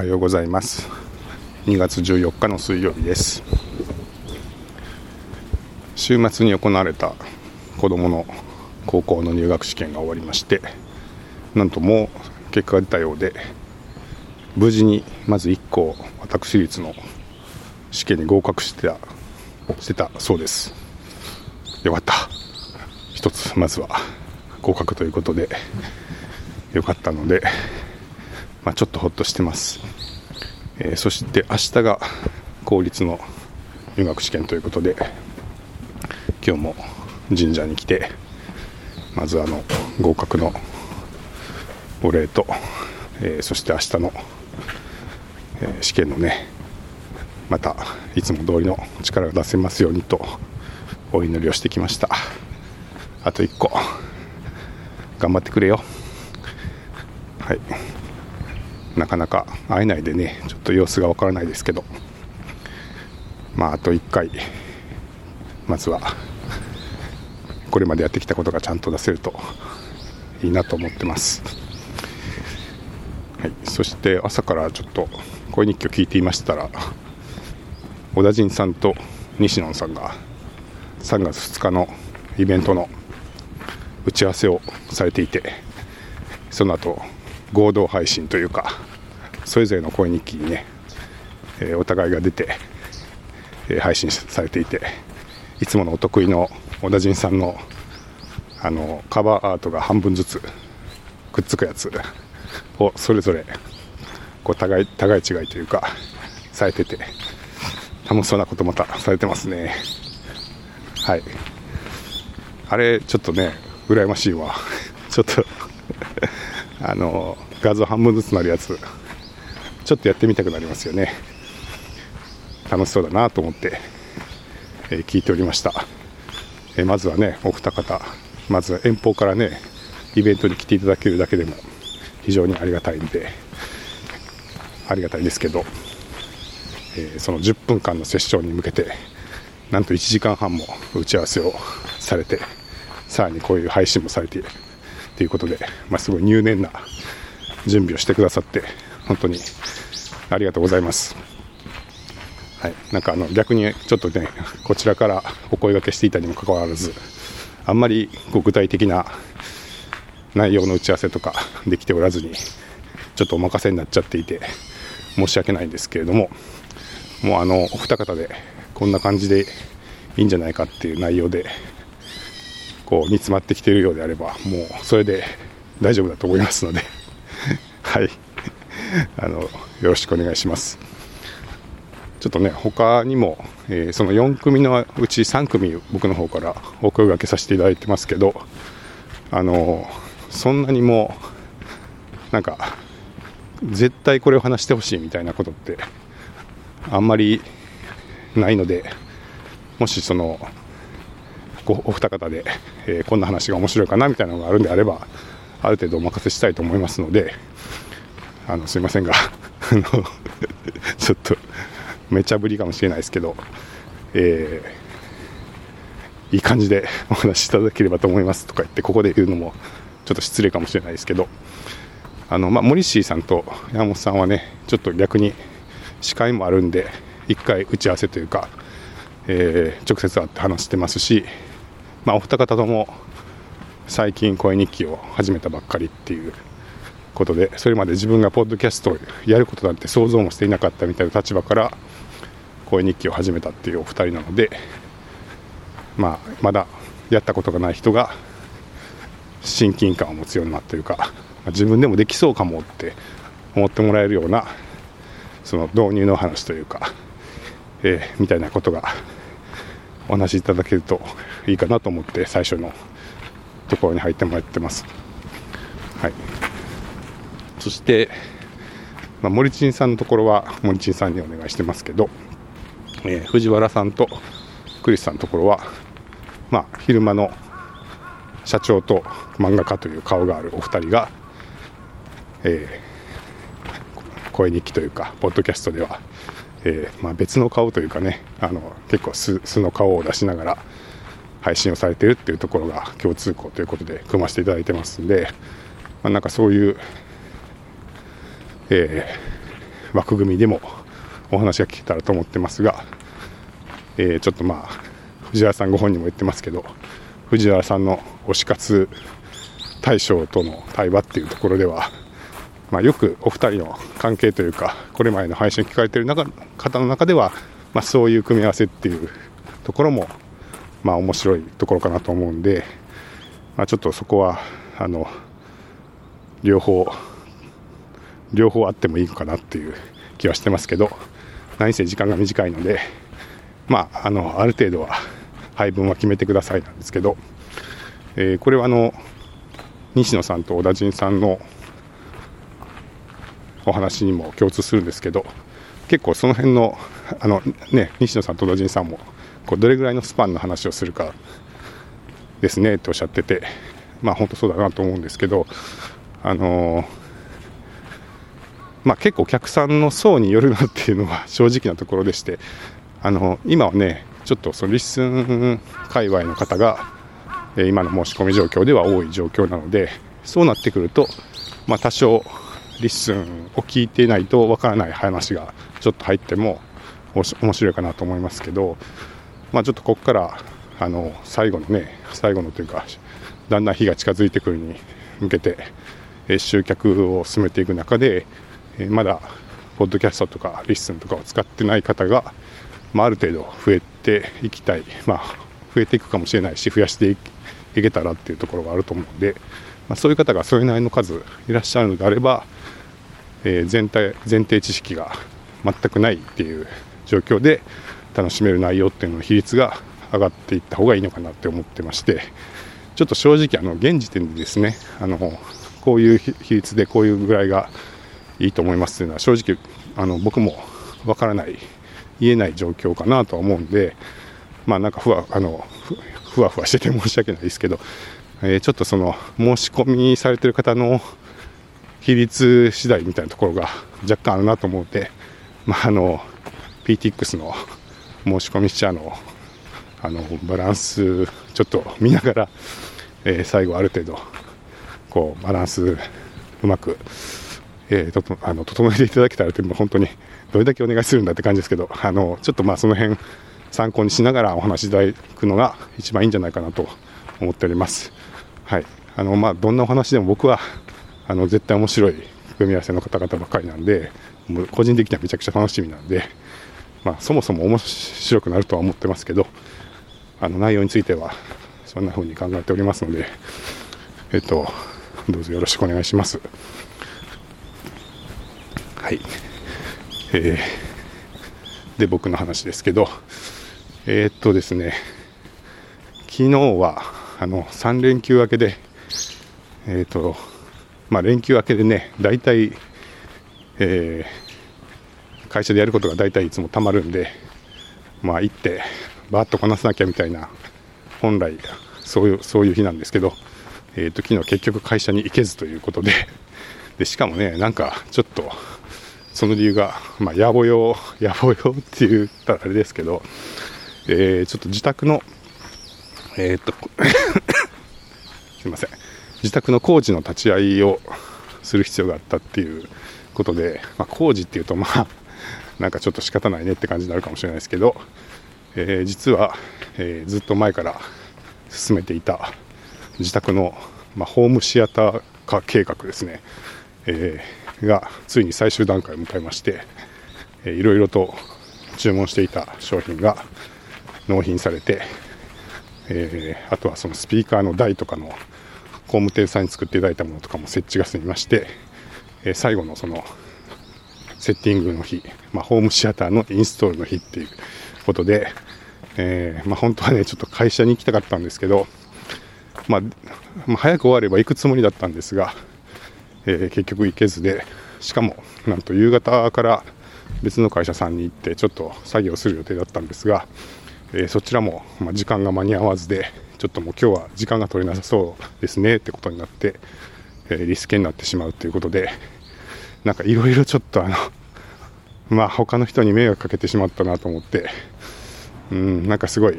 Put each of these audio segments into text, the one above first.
はようございます。2月14日の水曜日です。週末に行われた子どもの高校の入学試験が終わりまして、なんともう結果が出たようで、無事にまず1校私立の試験に合格してたそうです。よかった。一つまずは合格ということでよかったので、ちょっとほっとしてます。そして明日が公立の入学試験ということで、今日も神社に来て、まず合格のお礼と、そして明日の、試験のね、またいつも通りの力が出せますようにとお祈りをしてきました。あと1個頑張ってくれよ。はい、なかなか会えないでね、ちょっと様子がわからないですけど、あと1回まずはこれまでやってきたことがちゃんと出せるといいなと思ってます。はい、そして朝からちょっと声日記を聞いていましたら、小田陣さんと西野さんが3月2日のイベントの打ち合わせをされていて、その後合同配信というか、それぞれの声日記にね、お互いが出て、配信されていて、いつものお得意の小田陣さんのカバーアートが半分ずつくっつくやつをそれぞれ互い違いというかされてて、楽しそうなことまたされてますね。はい、あれちょっとね羨ましいわ。ちょっと画像半分ずつなるやつちょっとやってみたくなりますよね。楽しそうだなと思って、聞いておりました。まずはね、お二方、まず遠方からねイベントに来ていただけるだけでも非常にありがたいんで、ありがたいですけど、その10分間のセッションに向けてなんと1時間半も打ち合わせをされて、さらにこういう配信もされているということで、すごい入念な準備をしてくださって本当にありがとうございます。はい、なんか逆にちょっとね、こちらからお声掛けしていたにもかかわらず、あんまり具体的な内容の打ち合わせとかできておらずに、ちょっとお任せになっちゃっていて申し訳ないんですけれども、もうお二方でこんな感じでいいんじゃないかっていう内容でこう煮詰まってきているようであれば、もうそれで大丈夫だと思いますのではい、よろしくお願いします。ちょっとね、他にも、その4組のうち3組僕の方からお声掛けさせていただいてますけど、そんなにもなんか絶対これを話してほしいみたいなことってあんまりないので、もしそのお二方で、こんな話が面白いかなみたいなのがあるんであれば、ある程度お任せしたいと思いますので、すいませんがちょっとめちゃぶりかもしれないですけど、いい感じでお話しいただければと思いますとか言ってここで言うのもちょっと失礼かもしれないですけど、モリシーさんと山本さんはね、ちょっと逆に司会もあるんで一回打ち合わせというか、直接会って話してますし、お二方とも最近声日記を始めたばっかりっていうことで、それまで自分がポッドキャストをやることなんて想像もしていなかったみたいな立場から声日記を始めたっていうお二人なので、まだやったことがない人が親近感を持つようになっているか、自分でもできそうかもって思ってもらえるような、その導入の話というか、みたいなことがお話しいただけるといいかなと思って最初のところに入ってもらってます。はい、そして、森珍さんのところは森珍さんにお願いしてますけど、藤原さんとクリスさんのところは、昼間の社長と漫画家という顔があるお二人が、声日記というかポッドキャストでは、別の顔というかね、結構素の顔を出しながら配信をされているっていうところが共通項ということで組ませていただいてますんで、なんかそういう、 枠組みでもお話が聞けたらと思ってますが、ちょっと藤原さんご本人も言ってますけど、藤原さんの推し活大将との対話っていうところでは、よくお二人の関係というか、これまでの配信を聞かれている方の中では、そういう組み合わせっていうところも面白いところかなと思うんで、ちょっとそこは両方あってもいいのかなっていう気はしてますけど、何せ時間が短いので、ある程度は配分は決めてくださいなんですけど、これは西野さんと小田陣さんのお話にも共通するんですけど、結構その辺の西野さんと小田陣さんもどれぐらいのスパンの話をするかですねっておっしゃってて、本当そうだなと思うんですけど、結構お客さんの層によるなっていうのは正直なところでして、今はねちょっとそのリッスン界隈の方が今の申し込み状況では多い状況なので、そうなってくると、多少リッスンを聞いていないとわからない話がちょっと入っても面白いかなと思いますけど、ちょっとここから最後のというか、だんだん日が近づいてくるに向けて集客を進めていく中で、まだポッドキャストとかリッスンとかを使ってない方が、ある程度増えていきたい、増えていくかもしれないし、増やしていけたらっていうところがあると思うので、そういう方がそれなりの数いらっしゃるのであれば、前提知識が全くないっていう状況で楽しめる内容っていうのの比率が上がっていった方がいいのかなって思ってまして、ちょっと正直現時点でですね、こういう比率でこういうぐらいがいいと思いますというのは正直僕もわからない、言えない状況かなとは思うんで、なんかふわふわしてて申し訳ないですけど、ちょっとその申し込みされている方の比率次第みたいなところが若干あるなと思うので、PTX の申し込み者のバランスちょっと見ながら、最後ある程度バランスうまく、整えていただけたらというのは本当にどれだけお願いするんだって感じですけど、ちょっとその辺参考にしながらお話しいただくのが一番いいんじゃないかなと思っております。はい、どんなお話でも僕は絶対面白い組み合わせの方々ばっかりなんで、もう個人的にはめちゃくちゃ楽しみなんで、そもそも面白くなるとは思ってますけど、内容についてはそんな風に考えておりますので、どうぞよろしくお願いします。はい。で僕の話ですけど、ですね、昨日は3連休明けで、連休明けでね、大体、会社でやることが大体いつもたまるんで、行ってバーッとこなさなきゃみたいな、本来そういう日なんですけど、昨日結局会社に行けずということで、しかもね、なんかちょっとその理由が、野暮用って言ったらあれですけど、ちょっと自宅のすいません、自宅の工事の立ち会いをする必要があったっていうことで、工事っていうとなんかちょっと仕方ないねって感じになるかもしれないですけど、実は、ずっと前から進めていた自宅の、ホームシアター化計画ですね、がついに最終段階を迎えまして、いろいろと注文していた商品が納品されて、あとはそのスピーカーの台とかの工務店さんに作っていただいたものとかも設置が済みまして、最後のそのセッティングの日、ホームシアターのインストールの日っていうことで、本当はねちょっと会社に行きたかったんですけど、早く終われば行くつもりだったんですが、結局行けずで、しかもなんと夕方から別の会社さんに行ってちょっと作業する予定だったんですが、そちらも時間が間に合わずで、ちょっともう今日は時間が取れなさそうですねってことになって、リスケになってしまうということで、なんかいろいろちょっと他の人に迷惑かけてしまったなと思って、なんかすごい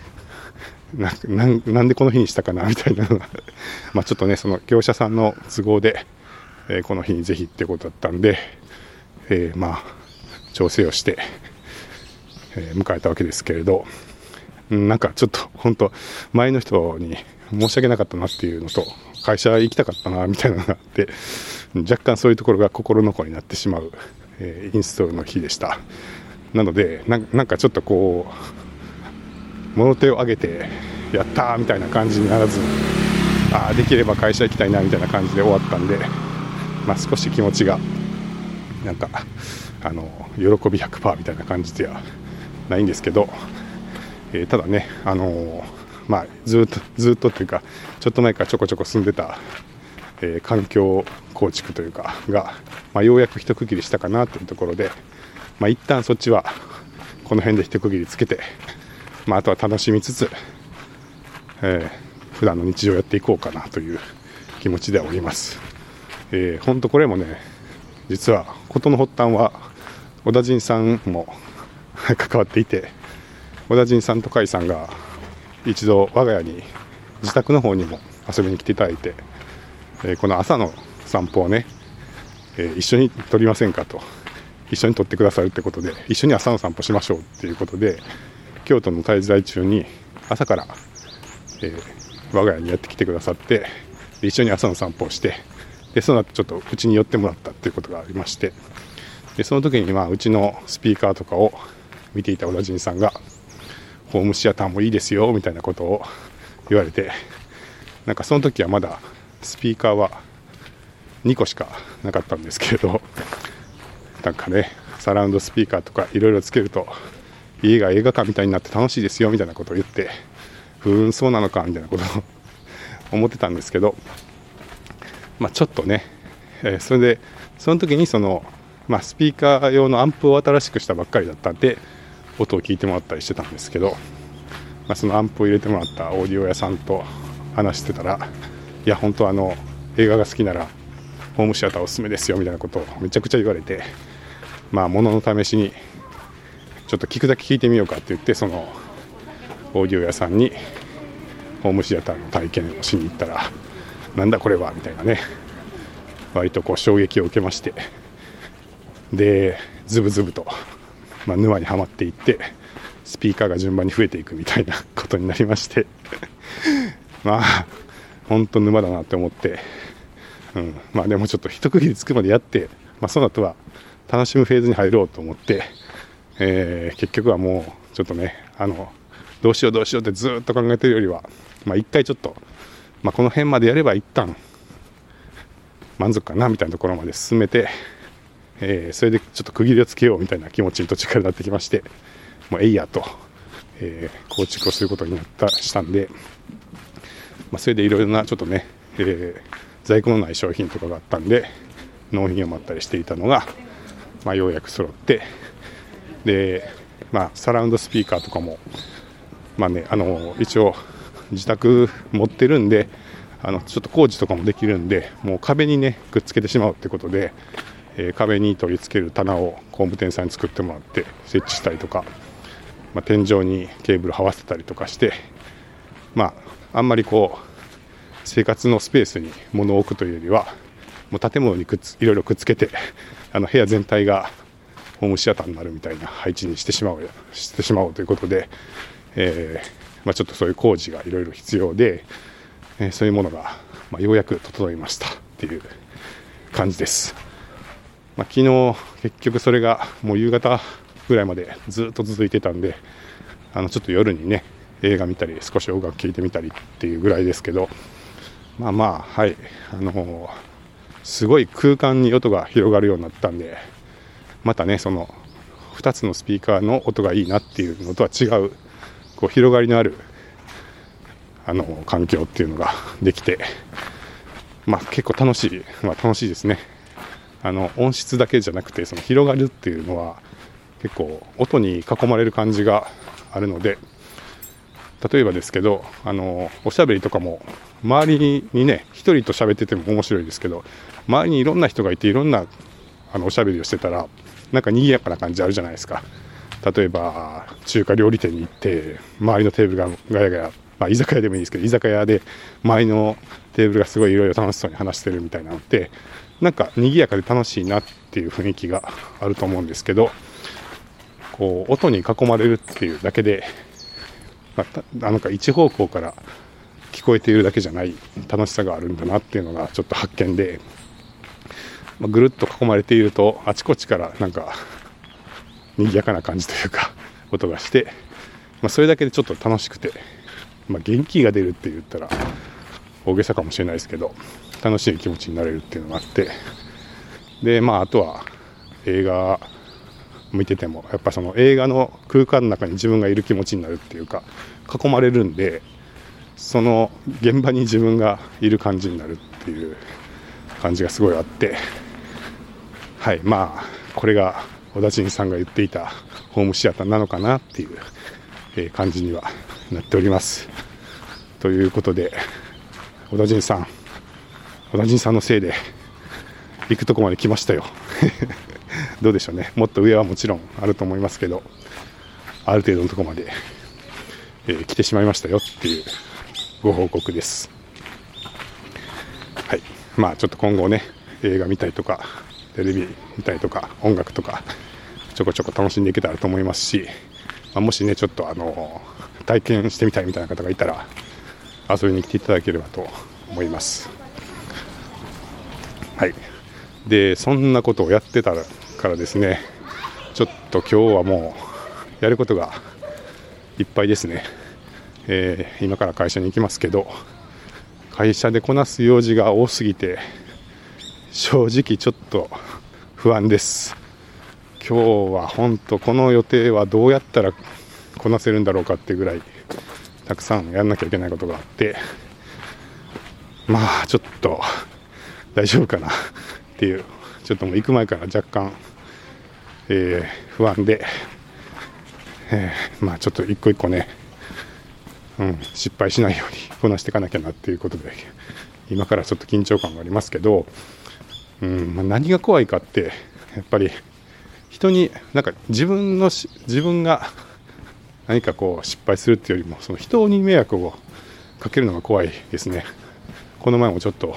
なんでこの日にしたかなみたいなのがちょっとね、その業者さんの都合で、この日にぜひってことだったんで、 調整をして、迎えたわけですけれど、なんかちょっと本当前の人に申し訳なかったなっていうのと、会社行きたかったなみたいなのがあって、若干そういうところが心残りになってしまう、インストールの日でした。なのでなんかちょっとこう物手を挙げてやったーみたいな感じにならず、できれば会社行きたいなみたいな感じで終わったんで、少し気持ちがなんか喜び 100% みたいな感じではないんですけど、ただね、ずっとというかちょっと前からちょこちょこ住んでた、環境構築というかが、ようやく一区切りしたかなというところで、一旦そっちはこの辺で一区切りつけて、あとは楽しみつつ、普段の日常をやっていこうかなという気持ちではおります。本当これもね、実は事の発端は小田陣さんも関わっていて、小田陣さんと甲斐さんが一度我が家に自宅の方にも遊びに来ていただいて、この朝の散歩をね、一緒に撮りませんかと、一緒に撮ってくださるってことで、一緒に朝の散歩しましょうっていうことで、京都の滞在中に朝から、我が家にやってきてくださって、一緒に朝の散歩をして、でその後ちょっとうちに寄ってもらったっていうことがありまして、でその時にうちのスピーカーとかを見ていた小田陣さんが、ホームシアターもいいですよみたいなことを言われて、なんかその時はまだスピーカーは2個しかなかったんですけれど、なんかね、サラウンドスピーカーとかいろいろつけると家が映画館みたいになって楽しいですよみたいなことを言って、そうなのかみたいなことを思ってたんですけど、ちょっとね、それでその時にスピーカー用のアンプを新しくしたばっかりだったんで音を聞いてもらったりしてたんですけど、そのアンプを入れてもらったオーディオ屋さんと話してたら、いや本当映画が好きならホームシアターおすすめですよみたいなことをめちゃくちゃ言われて、物の試しにちょっと聞くだけ聞いてみようかって言って、そのオーディオ屋さんにホームシアターの体験をしに行ったら、なんだこれはみたいなね、割と衝撃を受けまして、でズブズブと、沼にはまっていって、スピーカーが順番に増えていくみたいなことになりまして本当沼だなって思って、でもちょっと一区切りつくまでやって、その後は楽しむフェーズに入ろうと思って、結局はもうちょっとね、どうしようってずっと考えてるよりは、一回ちょっと、この辺までやれば一旦満足かなみたいなところまで進めて、それでちょっと区切りをつけようみたいな気持ちに途中からなってきまして、もういやと、構築をすることにしたんで、それでいろいろなちょっとね、在庫のない商品とかがあったんで納品を待ったりしていたのが、ようやく揃って、で、サラウンドスピーカーとかも、一応自宅持ってるんで、ちょっと工事とかもできるんで、もう壁にねくっつけてしまうってことで、壁に取り付ける棚を工務店さんに作ってもらって設置したりとか、天井にケーブル這わせたりとかして、あんまり生活のスペースに物を置くというよりは、もう建物にいろいろくっつけて、部屋全体がホームシアターになるみたいな配置にしてしまおうということで、ちょっとそういう工事がいろいろ必要で、そういうものが、ようやく整いましたっていう感じです。昨日結局それがもう夕方ぐらいまでずっと続いてたんで、ちょっと夜にね映画見たり少し音楽聴いてみたりっていうぐらいですけど、はい、すごい空間に音が広がるようになったんで、またねその2つのスピーカーの音がいいなっていうのとは違う広がりのある環境っていうのができて、結構楽しいですね。音質だけじゃなくて、その広がるっていうのは結構音に囲まれる感じがあるので、例えばですけど、おしゃべりとかも周りにね一人と喋ってても面白いですけど、周りにいろんな人がいていろんなおしゃべりをしてたら、なんか賑やかな感じあるじゃないですか。例えば中華料理店に行って周りのテーブルがガヤガヤ、居酒屋でもいいですけど、居酒屋で周りのテーブルがすごいいろいろ楽しそうに話してるみたいなのって、 なんか賑やかで楽しいなっていう雰囲気があると思うんですけど、こう音に囲まれるっていうだけで、なんか一方向から聞こえているだけじゃない楽しさがあるんだなっていうのがちょっと発見で、ぐるっと囲まれているとあちこちからなんか賑やかな感じというか音がして、それだけでちょっと楽しくて、元気が出るって言ったら大げさかもしれないですけど、楽しい気持ちになれるっていうのがあって、であとは映画見ててもやっぱその映画の空間の中に自分がいる気持ちになるっていうか、囲まれるんでその現場に自分がいる感じになるっていう感じがすごいあって、はい、これが小田陣さんが言っていたホームシアターなのかなっていう感じにはなっております。ということで、小田陣さんのせいで行くとこまで来ましたよどうでしょうね。もっと上はもちろんあると思いますけど、ある程度のとこまで、来てしまいましたよっていうご報告です。はい、ちょっと今後ね、映画見たりとかテレビ見たりとか音楽とかちょこちょこ楽しんでいけたらと思いますし、もしねちょっと体験してみたいみたいな方がいたら遊びに来ていただければと思います。はい、でそんなことをやってたからですね、ちょっと今日はもうやることがいっぱいですね。今から会社に行きますけど、会社でこなす用事が多すぎて正直ちょっと不安です。今日は本当この予定はどうやったらこなせるんだろうかっていうぐらいたくさんやんなきゃいけないことがあって、ちょっと大丈夫かなっていう、ちょっともう行く前から若干、不安で、ちょっと一個一個ね、失敗しないようにこなしていかなきゃなっていうことで、今からちょっと緊張感がありますけど、何が怖いかってやっぱり人になんか自分が何かこう失敗するっていうよりも、その人に迷惑をかけるのが怖いですね。この前もちょっと、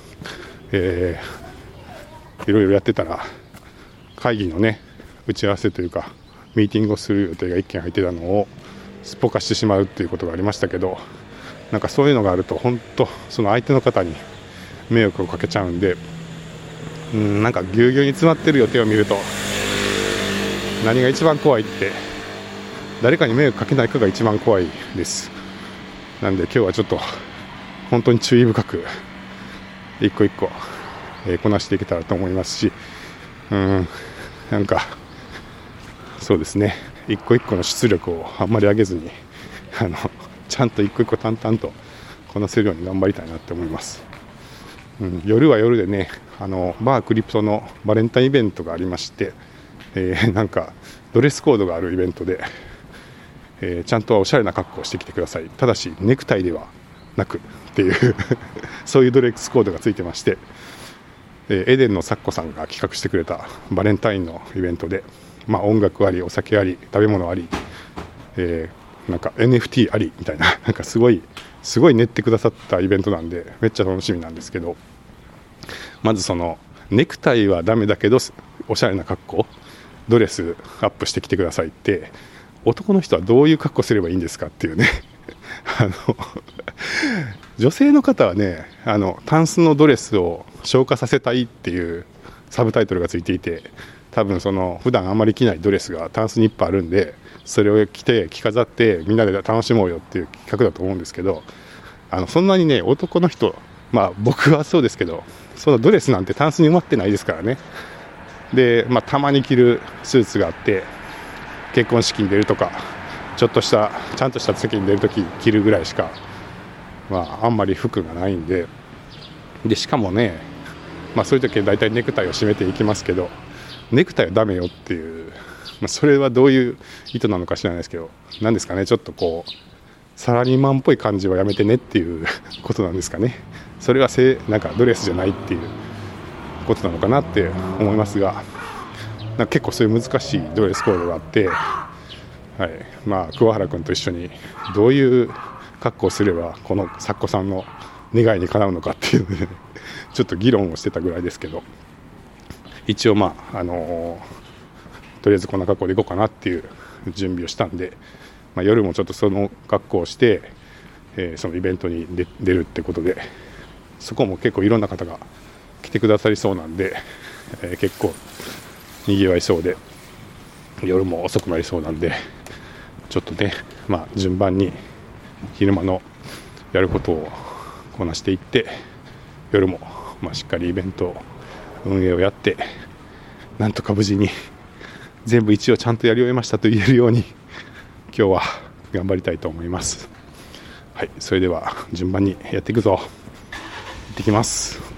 いろいろやってたら会議のね打ち合わせというかミーティングをする予定が1件入ってたのをすっぽかしてしまうっていうことがありましたけど、なんかそういうのがあると本当その相手の方に迷惑をかけちゃうんで、なんかぎゅうぎゅうに詰まってる予定を見ると何が一番怖いって誰かに迷惑かけないかが一番怖いです。なんで今日はちょっと本当に注意深く一個一個、こなしていけたらと思いますし、なんかそうですね、一個一個の出力をあんまり上げずにちゃんと一個一個淡々とこなせるように頑張りたいなって思います。夜は夜でね、バークリプトのバレンタインイベントがありまして、なんかドレスコードがあるイベントで、ちゃんとおしゃれな格好をしてきてください、ただしネクタイではなくっていうそういうドレスコードがついてまして、エデンのサッコさんが企画してくれたバレンタインのイベントで、音楽ありお酒あり食べ物あり、なんか NFT ありみたいな、なんかすごい練ってくださったイベントなんでめっちゃ楽しみなんですけど、まずそのネクタイはダメだけどおしゃれな格好、ドレスアップしてきてくださいって、男の人はどういう格好すればいいんですかっていうね女性の方はね、タンスのドレスを消化させたいっていうサブタイトルがついていて、多分その普段あんまり着ないドレスがタンスにいっぱいあるんで、それを着て着飾ってみんなで楽しもうよっていう企画だと思うんですけど、そんなにね男の人、僕はそうですけど、そのドレスなんてタンスに埋まってないですからね。で、たまに着るスーツがあって、結婚式に出るとかちゃんとした席に出るとき着るぐらいしか、あんまり服がないんで、しかもね、そういう時は大体ネクタイを締めていきますけど、ネクタイはダメよっていう、それはどういう意図なのか知らないですけど、なんですかね、ちょっとこうサラリーマンっぽい感じはやめてねっていうことなんですかね。それはなんかドレスじゃないっていうことなのかなって思いますが、なんか結構そういう難しいドレスコードがあって、桑原君と一緒にどういう格好をすればこのサッコさんの願いにかなうのかっていうので、 ちょっと議論をしてたぐらいですけど、一応とりあえずこんな格好で行こうかなっていう準備をしたんで、夜もちょっとその格好をして、そのイベントに出るってことで、そこも結構いろんな方が来てくださりそうなんで、結構にぎわいそうで、夜も遅くなりそうなんで、ちょっとね、順番に昼間のやることをこなしていって、夜もしっかりイベント運営をやって、なんとか無事に全部一応ちゃんとやり終えましたと言えるように今日は頑張りたいと思います。はい、それでは順番にやっていくぞ。行ってきます。